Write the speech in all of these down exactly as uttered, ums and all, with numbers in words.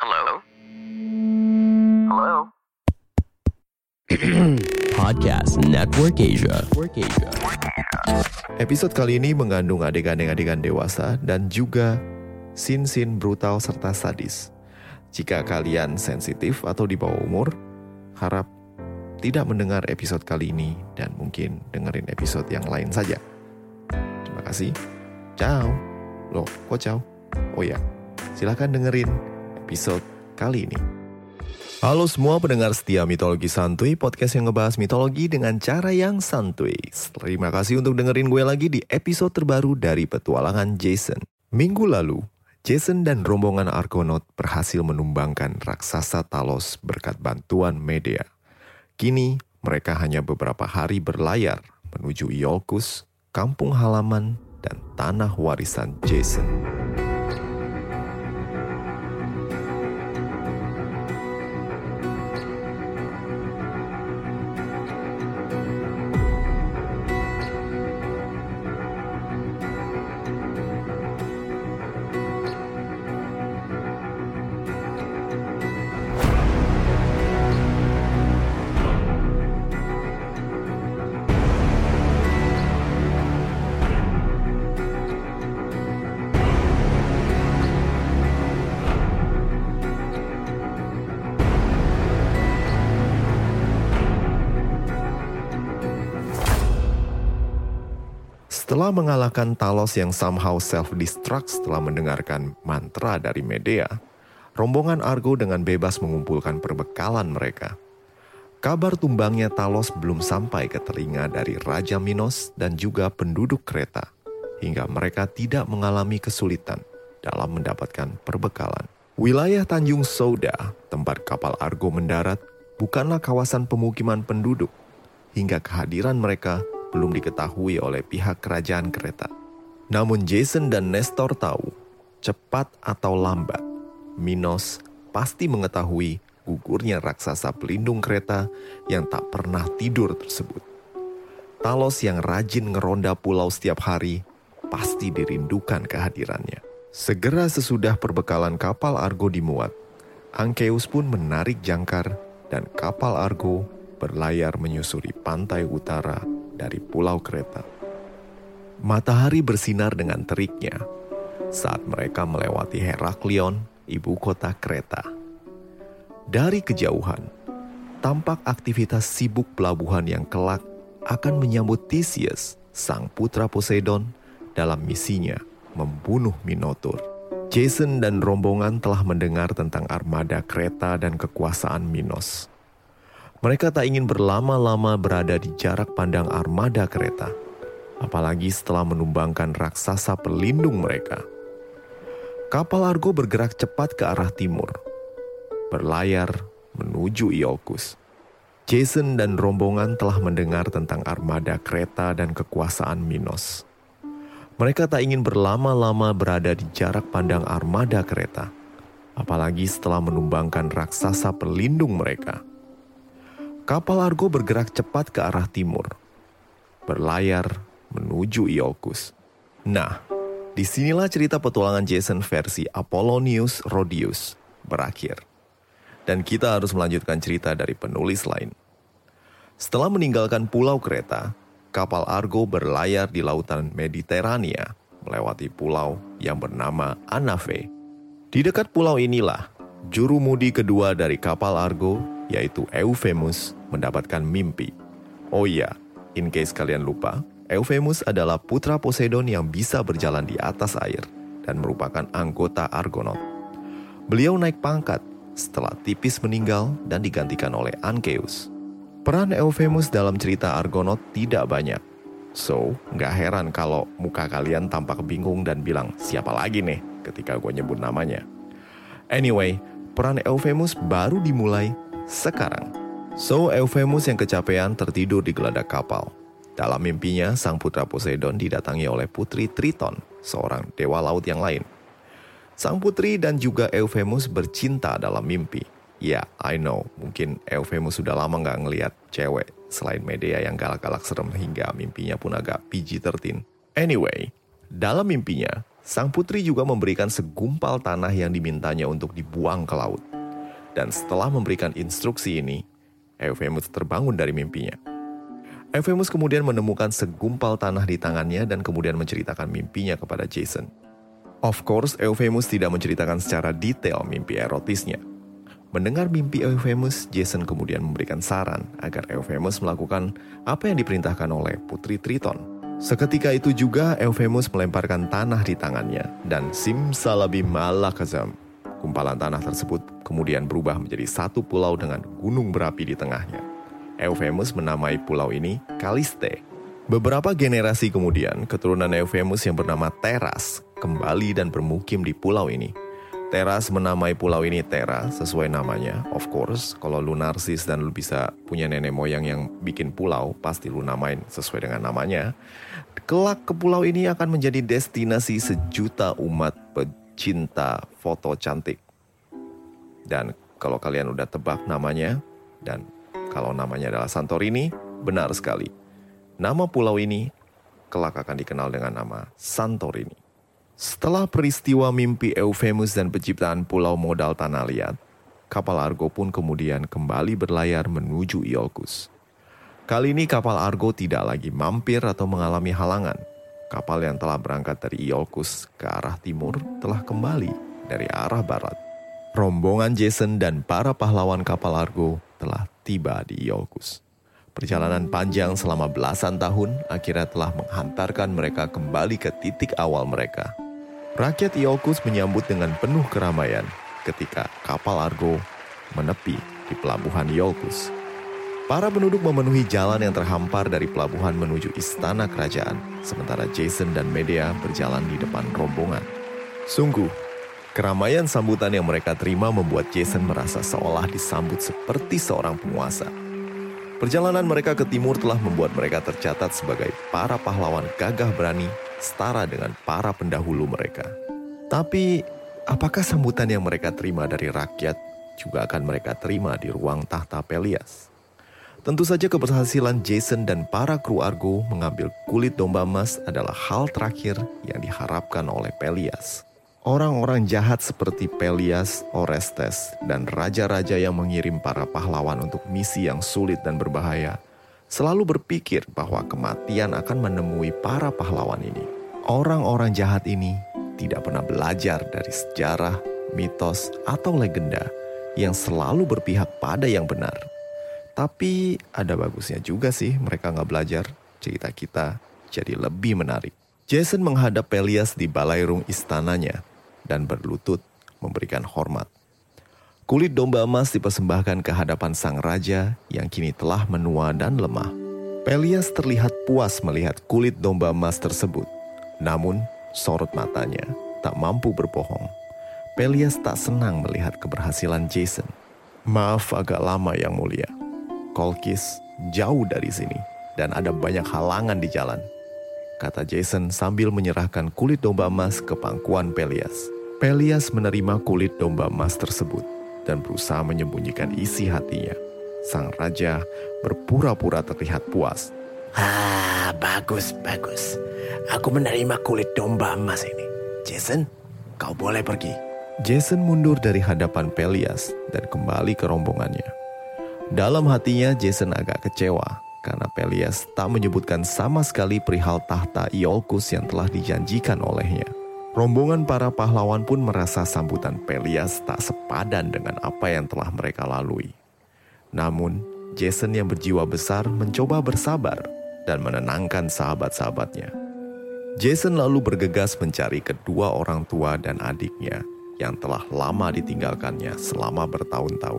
Hello? Hello? Podcast Network Asia. Episode kali ini mengandung adegan-adegan dewasa dan juga scene-scene brutal serta sadis. Jika kalian sensitif atau di bawah umur, harap tidak mendengar episode kali ini dan mungkin dengerin episode yang lain saja. Terima kasih. Ciao. Loh, kok ciao? Oh ya, silakan dengerin episode kali ini. Halo semua pendengar setia Mitologi Santuy, podcast yang ngebahas mitologi dengan cara yang santuy. Terima kasih untuk dengerin gue lagi di episode terbaru dari Petualangan Jason. Minggu lalu, Jason dan rombongan Argonaut berhasil menumbangkan raksasa Talos berkat bantuan Medea. Kini, mereka hanya beberapa hari berlayar menuju Iolcus, kampung halaman dan tanah warisan Jason. Setelah mengalahkan Talos yang somehow self-destruct setelah mendengarkan mantra dari Medea, rombongan Argo dengan bebas mengumpulkan perbekalan mereka. Kabar tumbangnya Talos belum sampai ke telinga dari Raja Minos dan juga penduduk Kreta, hingga mereka tidak mengalami kesulitan dalam mendapatkan perbekalan. Wilayah Tanjung Souda, tempat kapal Argo mendarat, bukanlah kawasan pemukiman penduduk, hingga kehadiran mereka belum diketahui oleh pihak kerajaan Kreta. Namun Jason dan Nestor tahu, cepat atau lambat, Minos pasti mengetahui gugurnya raksasa pelindung Kreta yang tak pernah tidur tersebut. Talos yang rajin ngeronda pulau setiap hari, pasti dirindukan kehadirannya. Segera sesudah perbekalan kapal Argo dimuat, Ankeus pun menarik jangkar dan kapal Argo berlayar menyusuri pantai utara dari Pulau Kreta. Matahari bersinar dengan teriknya saat mereka melewati Heraklion, ibu kota Kreta. Dari kejauhan, tampak aktivitas sibuk pelabuhan yang kelak akan menyambut Theseus, sang putra Poseidon, dalam misinya membunuh Minotaur. Jason dan rombongan telah mendengar tentang armada Kreta dan kekuasaan Minos. Mereka tak ingin berlama-lama berada di jarak pandang armada Kreta, apalagi setelah menumbangkan raksasa pelindung mereka. Kapal Argo bergerak cepat ke arah timur, berlayar menuju Iolcus. Jason dan rombongan telah mendengar tentang armada Kreta dan kekuasaan Minos. Mereka tak ingin berlama-lama berada di jarak pandang armada Kreta, apalagi setelah menumbangkan raksasa pelindung mereka. Kapal Argo bergerak cepat ke arah timur, berlayar menuju Iolcus. Nah, disinilah cerita petualangan Jason versi Apollonius Rhodius berakhir. Dan kita harus melanjutkan cerita dari penulis lain. Setelah meninggalkan Pulau Kreta, kapal Argo berlayar di lautan Mediterania, melewati pulau yang bernama Anafe. Di dekat pulau inilah, jurumudi kedua dari kapal Argo, yaitu Euphemus, mendapatkan mimpi. Oh iya, in case kalian lupa, Euphemus adalah putra Poseidon yang bisa berjalan di atas air dan merupakan anggota Argonaut. Beliau naik pangkat setelah Tipis meninggal dan digantikan oleh Ankeus. Peran Euphemus dalam cerita Argonaut tidak banyak. So, gak heran kalau muka kalian tampak bingung dan bilang, siapa lagi nih ketika gue nyebut namanya. Anyway, peran Euphemus baru dimulai sekarang. So, Euphemus yang kecapean tertidur di geladak kapal. Dalam mimpinya, sang putra Poseidon didatangi oleh putri Triton, seorang dewa laut yang lain. Sang putri dan juga Euphemus bercinta dalam mimpi. Ya, yeah, I know, mungkin Euphemus sudah lama gak ngelihat cewek selain Medea yang galak-galak serem hingga mimpinya pun agak P G thirteen. Anyway, dalam mimpinya, Sang putri juga memberikan segumpal tanah yang dimintanya untuk dibuang ke laut. Dan setelah memberikan instruksi ini, Euphemus terbangun dari mimpinya. Euphemus kemudian menemukan segumpal tanah di tangannya dan kemudian menceritakan mimpinya kepada Jason. Of course, Euphemus tidak menceritakan secara detail mimpi erotisnya. Mendengar mimpi Euphemus, Jason kemudian memberikan saran agar Euphemus melakukan apa yang diperintahkan oleh Putri Triton. Seketika itu juga Euphemus melemparkan tanah di tangannya dan simsalabim alakazam. Gumpalan tanah tersebut kemudian berubah menjadi satu pulau dengan gunung berapi di tengahnya. Euphemus menamai pulau ini Kaliste. Beberapa generasi kemudian, keturunan Euphemus yang bernama Teras kembali dan bermukim di pulau ini. Teras menamai pulau ini Terra sesuai namanya. Of course, kalau lu narsis dan lu bisa punya nenek moyang yang bikin pulau, pasti lu namain sesuai dengan namanya. Kelak ke pulau ini akan menjadi destinasi sejuta umat pecinta foto cantik. Dan kalau kalian udah tebak namanya, dan kalau namanya adalah Santorini, benar sekali. Nama pulau ini kelak akan dikenal dengan nama Santorini. Setelah peristiwa mimpi Euphemus dan penciptaan pulau modal tanah liat, kapal Argo pun kemudian kembali berlayar menuju Iolcus. Kali ini kapal Argo tidak lagi mampir atau mengalami halangan. Kapal yang telah berangkat dari Iolcus ke arah timur telah kembali dari arah barat. Rombongan Jason dan para pahlawan kapal Argo telah tiba di Iolcus. Perjalanan panjang selama belasan tahun akhirnya telah menghantarkan mereka kembali ke titik awal mereka. Rakyat Iolcus menyambut dengan penuh keramaian ketika kapal Argo menepi di pelabuhan Iolcus. Para penduduk memenuhi jalan yang terhampar dari pelabuhan menuju istana kerajaan, sementara Jason dan Medea berjalan di depan rombongan. Sungguh, keramaian sambutan yang mereka terima membuat Jason merasa seolah disambut seperti seorang penguasa. Perjalanan mereka ke timur telah membuat mereka tercatat sebagai para pahlawan gagah berani setara dengan para pendahulu mereka. Tapi, apakah sambutan yang mereka terima dari rakyat juga akan mereka terima di ruang tahta Pelias? Tentu saja keberhasilan Jason dan para kru Argo mengambil kulit domba emas adalah hal terakhir yang diharapkan oleh Pelias. Orang-orang jahat seperti Pelias, Orestes, dan raja-raja yang mengirim para pahlawan untuk misi yang sulit dan berbahaya selalu berpikir bahwa kematian akan menemui para pahlawan ini. Orang-orang jahat ini tidak pernah belajar dari sejarah, mitos, atau legenda yang selalu berpihak pada yang benar. Tapi ada bagusnya juga sih mereka nggak belajar. Cerita kita jadi lebih menarik. Jason menghadap Pelias di balairung istananya dan berlutut memberikan hormat. Kulit domba emas dipersembahkan ke hadapan sang raja yang kini telah menua dan lemah. Pelias terlihat puas melihat kulit domba emas tersebut. Namun, sorot matanya tak mampu berbohong. Pelias tak senang melihat keberhasilan Jason. Maaf agak lama yang mulia. Kolkis jauh dari sini dan ada banyak halangan di jalan, kata Jason sambil menyerahkan kulit domba emas ke pangkuan Pelias. Pelias menerima kulit domba emas tersebut dan berusaha menyembunyikan isi hatinya. Sang raja berpura-pura terlihat puas. Ah, bagus, bagus. Aku menerima kulit domba emas ini. Jason, kau boleh pergi. Jason mundur dari hadapan Pelias dan kembali ke rombongannya. Dalam hatinya Jason agak kecewa karena Pelias tak menyebutkan sama sekali perihal tahta Iolcus yang telah dijanjikan olehnya. Rombongan para pahlawan pun merasa sambutan Pelias tak sepadan dengan apa yang telah mereka lalui. Namun, Jason yang berjiwa besar mencoba bersabar dan menenangkan sahabat-sahabatnya. Jason lalu bergegas mencari kedua orang tua dan adiknya yang telah lama ditinggalkannya selama bertahun-tahun.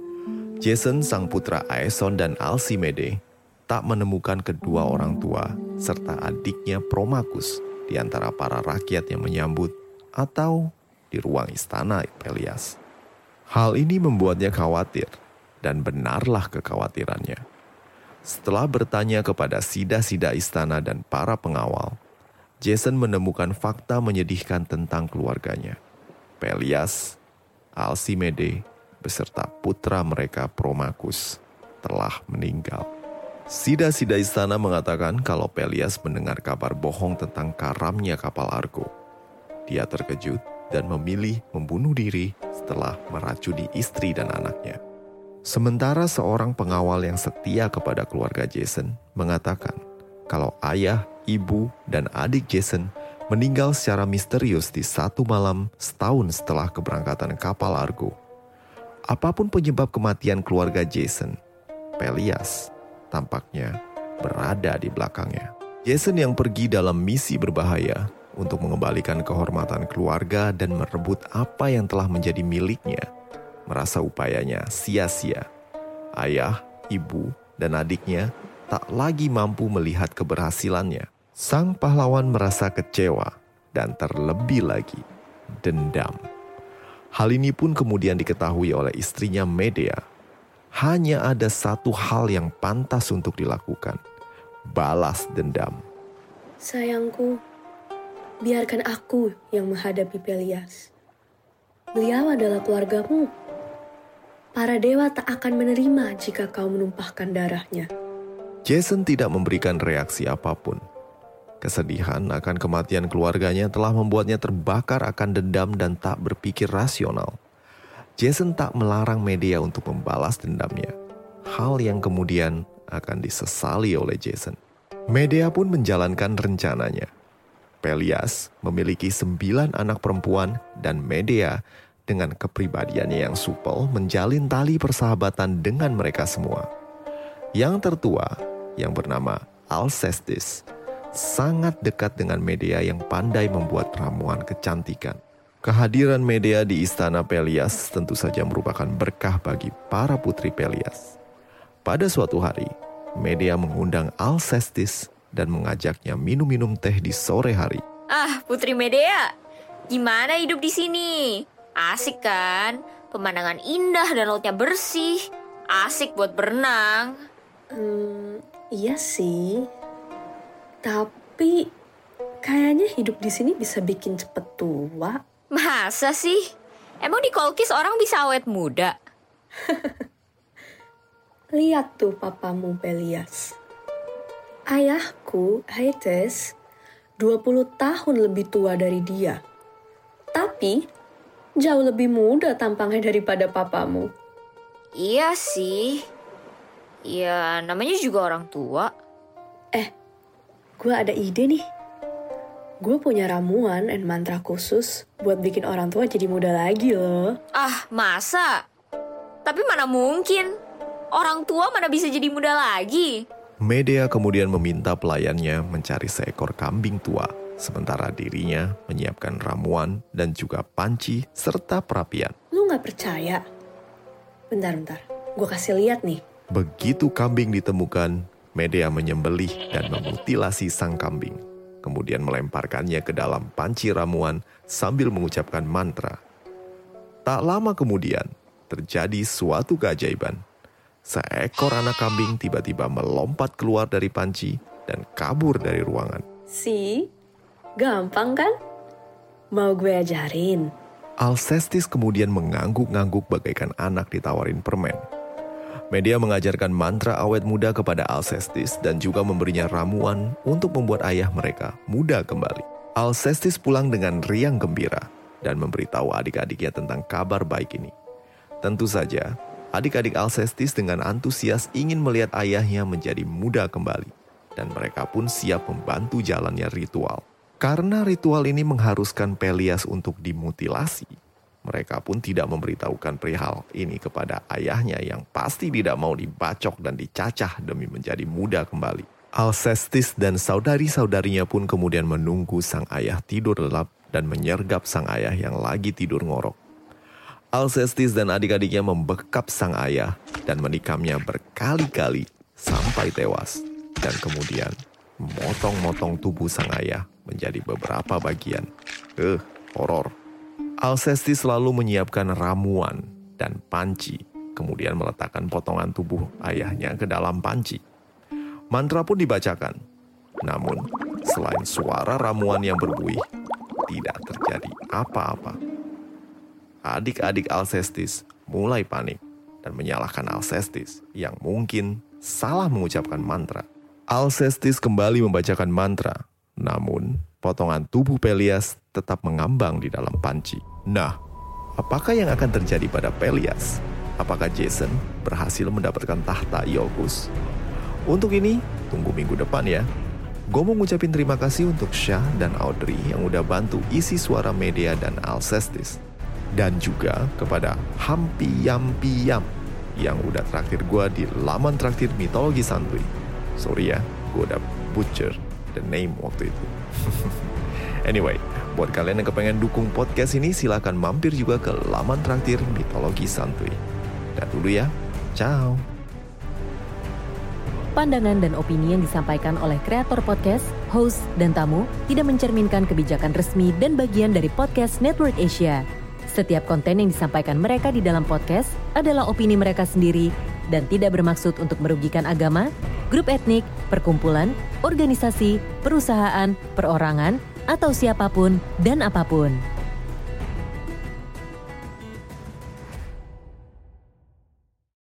Jason, sang putra Aeson dan Alcimede, tak menemukan kedua orang tua serta adiknya Promachus di antara para rakyat yang menyambut atau di ruang istana Pelias. Hal ini membuatnya khawatir dan benarlah kekhawatirannya. Setelah bertanya kepada sida-sida istana dan para pengawal, Jason menemukan fakta menyedihkan tentang keluarganya. Pelias, Alcimede, beserta putra mereka Promachus telah meninggal. Sida-sida istana mengatakan kalau Pelias mendengar kabar bohong tentang karamnya kapal Argo. Dia terkejut dan memilih membunuh diri setelah meracuni istri dan anaknya. Sementara seorang pengawal yang setia kepada keluarga Jason mengatakan kalau ayah, ibu, dan adik Jason meninggal secara misterius di satu malam setahun setelah keberangkatan kapal Argo. Apapun penyebab kematian keluarga Jason, Pelias tampaknya berada di belakangnya. Jason yang pergi dalam misi berbahaya untuk mengembalikan kehormatan keluarga dan merebut apa yang telah menjadi miliknya, merasa upayanya sia-sia. Ayah, ibu, dan adiknya tak lagi mampu melihat keberhasilannya. Sang pahlawan merasa kecewa dan terlebih lagi dendam. Hal ini pun kemudian diketahui oleh istrinya Medea. Hanya ada satu hal yang pantas untuk dilakukan, balas dendam. Sayangku, biarkan aku yang menghadapi Pelias. Beliau adalah keluargamu. Para dewa tak akan menerima jika kau menumpahkan darahnya. Jason tidak memberikan reaksi apapun. Kesedihan akan kematian keluarganya telah membuatnya terbakar akan dendam dan tak berpikir rasional. Jason tak melarang Medea untuk membalas dendamnya. Hal yang kemudian akan disesali oleh Jason. Medea pun menjalankan rencananya. Pelias memiliki sembilan anak perempuan dan Medea dengan kepribadiannya yang supel menjalin tali persahabatan dengan mereka semua. Yang tertua, yang bernama Alcestis, sangat dekat dengan Medea yang pandai membuat ramuan kecantikan. Kehadiran Medea di istana Pelias tentu saja merupakan berkah bagi para putri Pelias. Pada suatu hari, Medea mengundang Alcestis dan mengajaknya minum-minum teh di sore hari. Ah, Putri Medea, gimana hidup di sini? Asik kan? Pemandangan indah dan lautnya bersih. Asik buat berenang. Hmm, iya sih. Tapi kayaknya hidup di sini bisa bikin cepet tua. Masa sih? Emang di Kolkis orang bisa awet muda? Lihat tuh papamu Pelias. Ayahku, Hytes, dua puluh tahun lebih tua dari dia. Tapi jauh lebih muda tampangnya daripada papamu. Iya sih. Ya, namanya juga orang tua. Eh, gue ada ide nih. Gue punya ramuan dan mantra khusus buat bikin orang tua jadi muda lagi loh. Ah, masa? Tapi mana mungkin? Orang tua mana bisa jadi muda lagi? Medea kemudian meminta pelayannya mencari seekor kambing tua, sementara dirinya menyiapkan ramuan dan juga panci serta perapian. Lu gak percaya? Bentar-bentar, gue kasih lihat nih. Begitu kambing ditemukan, Medea menyembelih dan memutilasi sang kambing. Kemudian melemparkannya ke dalam panci ramuan sambil mengucapkan mantra. Tak lama kemudian, terjadi suatu keajaiban. Seekor anak kambing tiba-tiba melompat keluar dari panci dan kabur dari ruangan. Si, gampang kan? Mau gue ajarin? Alcestis kemudian mengangguk-ngangguk bagaikan anak ditawarin permen. Medea mengajarkan mantra awet muda kepada Alcestis dan juga memberinya ramuan untuk membuat ayah mereka muda kembali. Alcestis pulang dengan riang gembira dan memberitahu adik-adiknya tentang kabar baik ini. Tentu saja, adik-adik Alcestis dengan antusias ingin melihat ayahnya menjadi muda kembali. Dan mereka pun siap membantu jalannya ritual. Karena ritual ini mengharuskan Pelias untuk dimutilasi, mereka pun tidak memberitahukan perihal ini kepada ayahnya yang pasti tidak mau dibacok dan dicacah demi menjadi muda kembali. Alcestis dan saudari-saudarinya pun kemudian menunggu sang ayah tidur lelap dan menyergap sang ayah yang lagi tidur ngorok. Alcestis dan adik-adiknya membekap sang ayah dan menikamnya berkali-kali sampai tewas. Dan kemudian memotong-motong tubuh sang ayah menjadi beberapa bagian. Eh, horor. Alcestis selalu menyiapkan ramuan dan panci, kemudian meletakkan potongan tubuh ayahnya ke dalam panci. Mantra pun dibacakan. Namun, selain suara ramuan yang berbuih, tidak terjadi apa-apa. Adik-adik Alcestis mulai panik dan menyalahkan Alcestis yang mungkin salah mengucapkan mantra. Alcestis kembali membacakan mantra, namun potongan tubuh Pelias tetap mengambang di dalam panci. Nah, apakah yang akan terjadi pada Pelias? Apakah Jason berhasil mendapatkan tahta Iogus? Untuk ini, tunggu minggu depan ya. Gue mau ngucapin terima kasih untuk Syah dan Audrey yang udah bantu isi suara Medea dan Alcestis. Dan juga kepada Hampi Yampi Yam yang udah traktir gue di laman traktir Mitologi Santuy. Sorry ya, gue udah butcher the name waktu itu. Anyway, buat kalian yang kepengen dukung podcast ini, silakan mampir juga ke laman traktir Mitologi Santuy. Dan dulu ya, ciao. Pandangan dan opini yang disampaikan oleh kreator podcast, host, dan tamu tidak mencerminkan kebijakan resmi dan bagian dari podcast Network Asia. Setiap konten yang disampaikan mereka di dalam podcast adalah opini mereka sendiri dan tidak bermaksud untuk merugikan agama, grup etnik, perkumpulan, organisasi, perusahaan, perorangan, atau siapapun dan apapun.